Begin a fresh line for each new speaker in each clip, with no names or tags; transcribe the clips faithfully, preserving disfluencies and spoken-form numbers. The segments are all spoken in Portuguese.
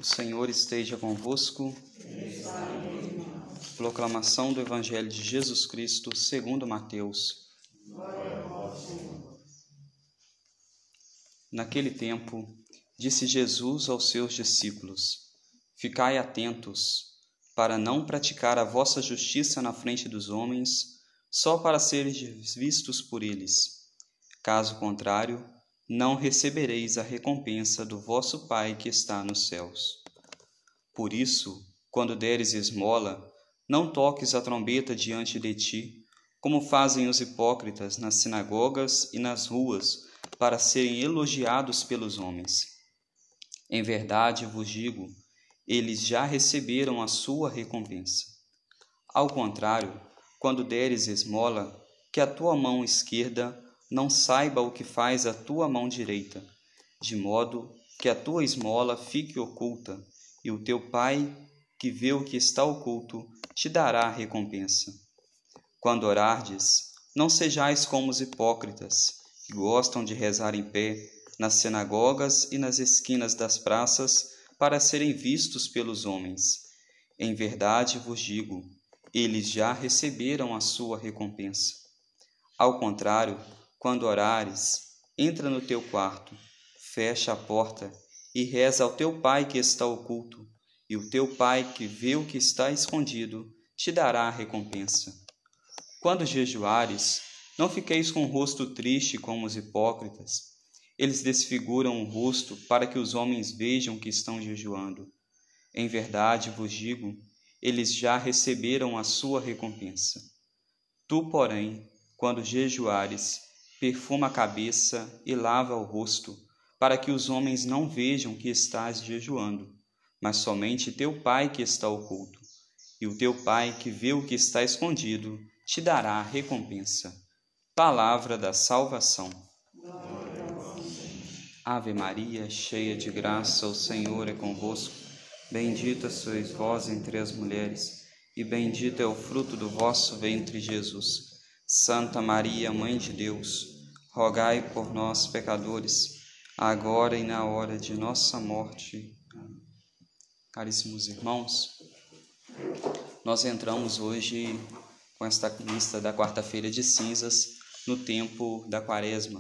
Senhor esteja convosco. Proclamação do Evangelho de Jesus Cristo segundo Mateus. Naquele tempo, disse Jesus aos seus discípulos: Ficai atentos, para não praticar a vossa justiça na frente dos homens, só para seres vistos por eles. Caso contrário, não recebereis a recompensa do vosso Pai que está nos céus. Por isso, quando deres esmola, não toques a trombeta diante de ti, como fazem os hipócritas nas sinagogas e nas ruas, para serem elogiados pelos homens. Em verdade vos digo, eles já receberam a sua recompensa. Ao contrário, quando deres esmola, que a tua mão esquerda não saiba o que faz a tua mão direita, de modo que a tua esmola fique oculta, e o teu Pai, que vê o que está oculto, te dará a recompensa. Quando orardes, não sejais como os hipócritas, que gostam de rezar em pé nas sinagogas e nas esquinas das praças, para serem vistos pelos homens. Em verdade vos digo, eles já receberam a sua recompensa. Ao contrário, quando orares, entra no teu quarto, fecha a porta e reza ao teu Pai que está oculto, e o teu Pai que vê o que está escondido te dará a recompensa. Quando jejuares, não fiqueis com o rosto triste como os hipócritas. Eles desfiguram o rosto para que os homens vejam que estão jejuando. Em verdade vos digo, eles já receberam a sua recompensa. Tu, porém, quando jejuares, perfuma a cabeça e lava o rosto, para que os homens não vejam que estás jejuando, mas somente teu Pai que está oculto. E o teu Pai que vê o que está escondido te dará a recompensa. Palavra da salvação. Ave Maria, cheia de graça, o Senhor é convosco. Bendita sois vós entre as mulheres, e bendito é o fruto do vosso ventre, Jesus. Santa Maria, Mãe de Deus, rogai por nós, pecadores, agora e na hora de nossa morte. Caríssimos irmãos, nós entramos hoje com esta lista da quarta-feira de cinzas no tempo da quaresma.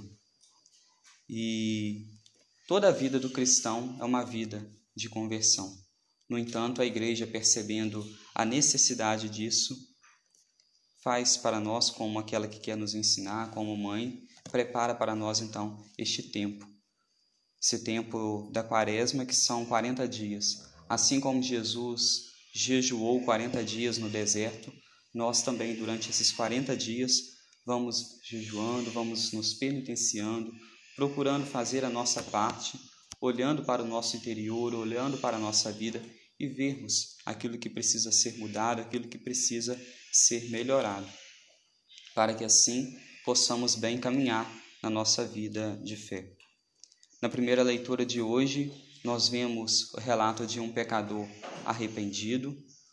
E toda a vida do cristão é uma vida de conversão. No entanto, a igreja, percebendo a necessidade disso, faz para nós, como aquela que quer nos ensinar, como mãe, prepara para nós então este tempo. Esse tempo da quaresma, que são quarenta dias. Assim como Jesus jejuou quarenta dias no deserto, nós também, durante esses quarenta dias, vamos jejuando, vamos nos penitenciando, procurando fazer a nossa parte, olhando para o nosso interior, olhando para a nossa vida e vermos aquilo que precisa ser mudado, aquilo que precisa ser melhorado, para que assim possamos bem caminhar na nossa vida de fé. Na primeira leitura de hoje, nós vemos o relato de um pecador arrependido.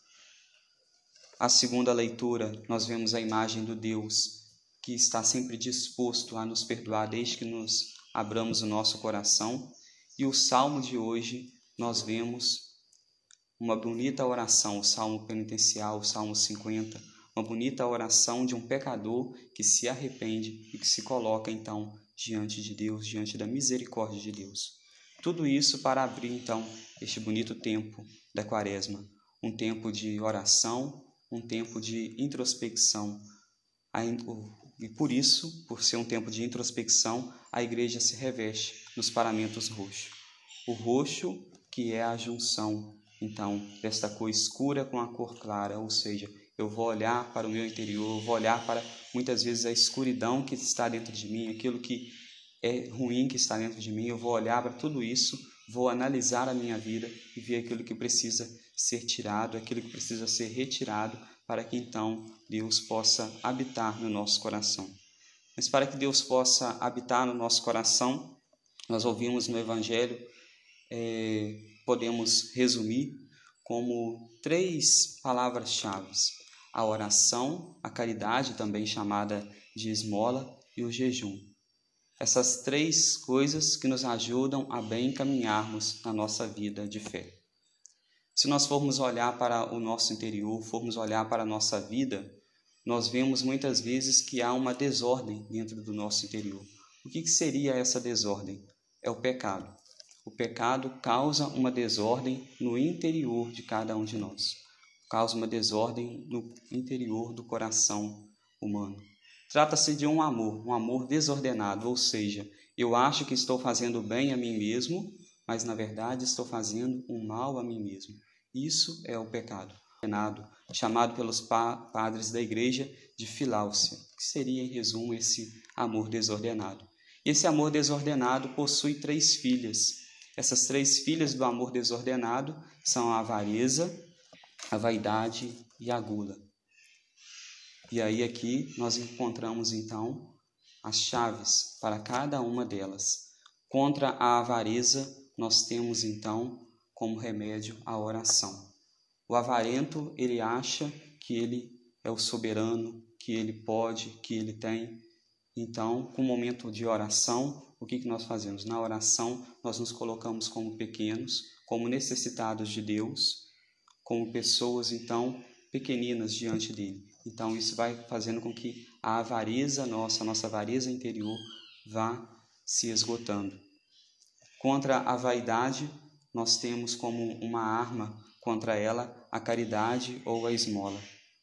A segunda leitura, nós vemos a imagem do Deus que está sempre disposto a nos perdoar desde que nos abramos o nosso coração. E o salmo de hoje, nós vemos uma bonita oração, o salmo penitencial, o salmo cinquenta, uma bonita oração de um pecador que se arrepende e que se coloca então diante de Deus, diante da misericórdia de Deus. Tudo isso para abrir então este bonito tempo da quaresma, um tempo de oração, um tempo de introspecção. E por isso, por ser um tempo de introspecção, a igreja se reveste dos paramentos roxos. O roxo, que é a junção, então, desta cor escura com a cor clara, ou seja, eu vou olhar para o meu interior, eu vou olhar para, muitas vezes, a escuridão que está dentro de mim, aquilo que é ruim que está dentro de mim, eu vou olhar para tudo isso, vou analisar a minha vida e ver aquilo que precisa ser tirado, aquilo que precisa ser retirado, para que então Deus possa habitar no nosso coração. Mas para que Deus possa habitar no nosso coração, nós ouvimos no Evangelho, é, podemos resumir como três palavras-chave: a oração, a caridade, também chamada de esmola, e o jejum. Essas três coisas que nos ajudam a bem caminharmos na nossa vida de fé. Se nós formos olhar para o nosso interior, formos olhar para a nossa vida, nós vemos muitas vezes que há uma desordem dentro do nosso interior. O que seria essa desordem? É o pecado. O pecado causa uma desordem no interior de cada um de nós. Causa uma desordem no interior do coração humano. Trata-se de um amor, um amor desordenado, ou seja, eu acho que estou fazendo bem a mim mesmo, mas na verdade estou fazendo um mal a mim mesmo. Isso é o pecado, chamado pelos padres da igreja de filáusia, que seria em resumo esse amor desordenado. Esse amor desordenado possui três filhas. Essas três filhas do amor desordenado são a avareza, a vaidade e a gula. E aí aqui nós encontramos então as chaves para cada uma delas. Contra a avareza nós temos então como remédio a oração. O avarento, ele acha que ele é o soberano, que ele pode, que ele tem. Então, com o momento de oração, o que, que nós fazemos? Na oração, nós nos colocamos como pequenos, como necessitados de Deus, como pessoas, então, pequeninas diante dele. Então, isso vai fazendo com que a avareza nossa, a nossa avareza interior, vá se esgotando. Contra a vaidade, nós temos como uma arma contra ela a caridade ou a esmola.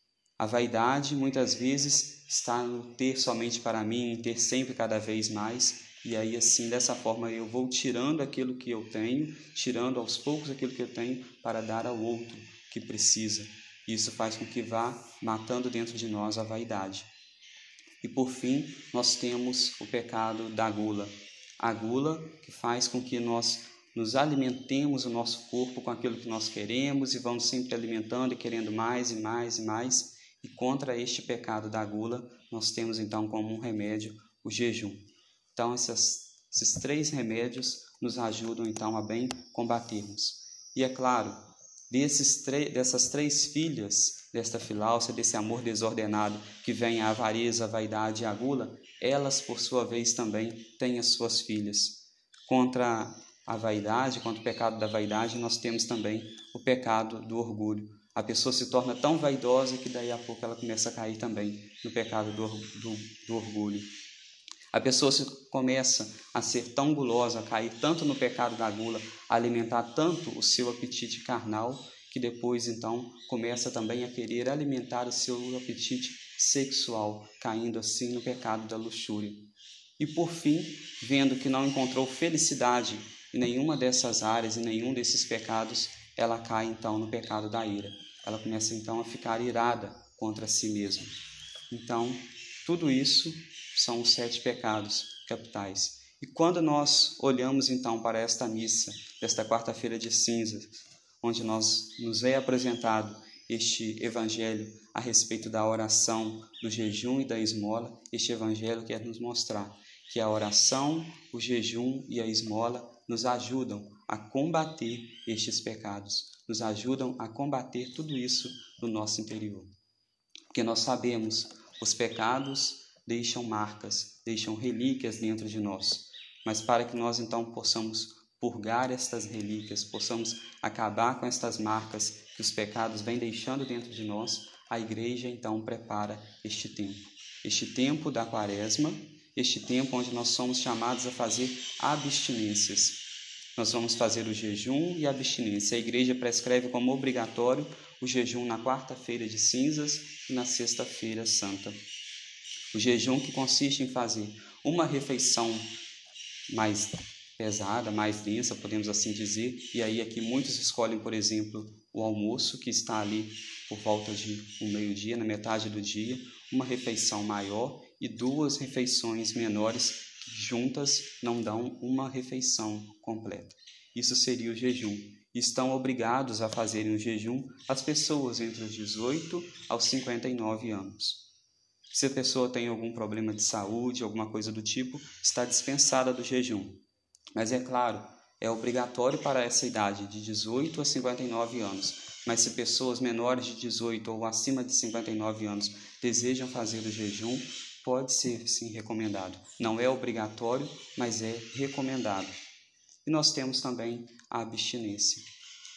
A vaidade, muitas vezes, está no ter somente para mim, em ter sempre cada vez mais, e aí assim, dessa forma, eu vou tirando aquilo que eu tenho, tirando aos poucos aquilo que eu tenho para dar ao outro que precisa. Isso faz com que vá matando dentro de nós a vaidade. E por fim, nós temos o pecado da gula. A gula que faz com que nós nos alimentemos o nosso corpo com aquilo que nós queremos e vamos sempre alimentando e querendo mais e mais e mais. E contra este pecado da gula, nós temos então como um remédio o jejum. Então, essas, esses três remédios nos ajudam então a bem combatermos. E é claro, desses dessas três filhas desta filáusia, desse amor desordenado que vem a avareza, a vaidade e a gula, elas, por sua vez, também têm as suas filhas. Contra a vaidade, contra o pecado da vaidade, nós temos também o pecado do orgulho. A pessoa se torna tão vaidosa que daí a pouco ela começa a cair também no pecado do, do, do orgulho. A pessoa se, começa a ser tão gulosa, a cair tanto no pecado da gula, a alimentar tanto o seu apetite carnal, que depois então começa também a querer alimentar o seu apetite sexual, caindo assim no pecado da luxúria. E por fim, vendo que não encontrou felicidade em nenhuma dessas áreas, em nenhum desses pecados, ela cai então no pecado da ira. Ela começa então a ficar irada contra si mesma. Então, tudo isso são os sete pecados capitais. E quando nós olhamos então para esta missa, desta quarta-feira de cinzas, onde nós nos é apresentado este evangelho a respeito da oração, do jejum e da esmola, este evangelho quer nos mostrar que a oração, o jejum e a esmola nos ajudam a combater estes pecados, nos ajudam a combater tudo isso no nosso interior. Porque nós sabemos, os pecados deixam marcas, deixam relíquias dentro de nós. Mas para que nós então possamos purgar estas relíquias, possamos acabar com estas marcas que os pecados vêm deixando dentro de nós, a igreja então prepara este tempo. Este tempo da quaresma, este tempo onde nós somos chamados a fazer abstinências. Nós vamos fazer o jejum e a abstinência. A igreja prescreve como obrigatório o jejum na quarta-feira de cinzas e na sexta-feira santa. O jejum que consiste em fazer uma refeição mais pesada, mais densa, podemos assim dizer, e aí aqui muitos escolhem, por exemplo, o almoço, que está ali por volta de um meio-dia, na metade do dia, uma refeição maior e duas refeições menores que juntas não dão uma refeição completa. Isso seria o jejum. Estão obrigados a fazerem o jejum as pessoas entre os dezoito aos cinquenta e nove anos. Se a pessoa tem algum problema de saúde, alguma coisa do tipo, está dispensada do jejum. Mas é claro, é obrigatório para essa idade, de dezoito a cinquenta e nove anos. Mas se pessoas menores de dezoito ou acima de cinquenta e nove anos desejam fazer o jejum, pode ser sim recomendado. Não é obrigatório, mas é recomendado. E nós temos também a abstinência.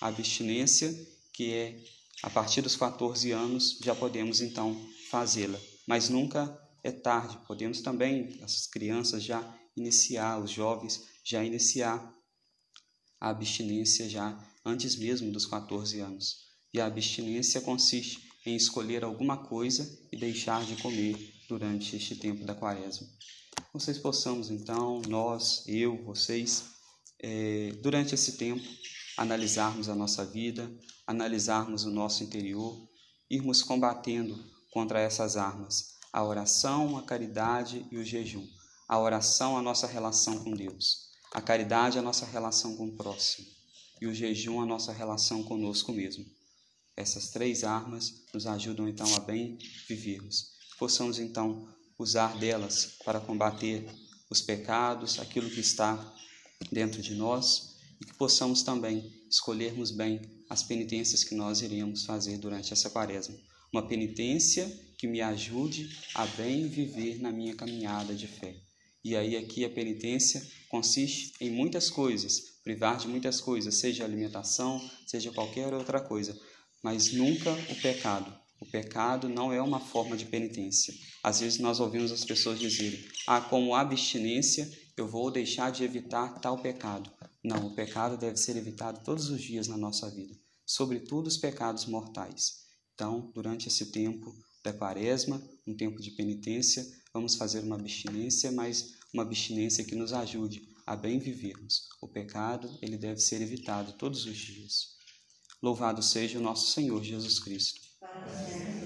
a abstinência, que é a partir dos quatorze anos, já podemos então fazê-la. Mas nunca é tarde, podemos também, as crianças já iniciar, os jovens já iniciar a abstinência já antes mesmo dos quatorze anos. E a abstinência consiste em escolher alguma coisa e deixar de comer durante este tempo da quaresma. Vocês possamos então, nós, eu, vocês, é, durante esse tempo, analisarmos a nossa vida, analisarmos o nosso interior, irmos combatendo contra essas armas, a oração, a caridade e o jejum. A oração, a nossa relação com Deus. A caridade, a nossa relação com o próximo. E o jejum, a nossa relação conosco mesmo. Essas três armas nos ajudam então a bem vivermos. Possamos então usar delas para combater os pecados, aquilo que está dentro de nós, e que possamos também escolhermos bem as penitências que nós iremos fazer durante essa quaresma. Uma penitência que me ajude a bem viver na minha caminhada de fé. E aí aqui a penitência consiste em muitas coisas, privar de muitas coisas, seja alimentação, seja qualquer outra coisa, mas nunca o pecado. O pecado não é uma forma de penitência. Às vezes nós ouvimos as pessoas dizerem, ah, como abstinência eu vou deixar de evitar tal pecado. Não, o pecado deve ser evitado todos os dias na nossa vida, sobretudo os pecados mortais. Então, durante esse tempo da quaresma, um tempo de penitência, vamos fazer uma abstinência, mas uma abstinência que nos ajude a bem vivermos. O pecado, ele deve ser evitado todos os dias. Louvado seja o nosso Senhor Jesus Cristo.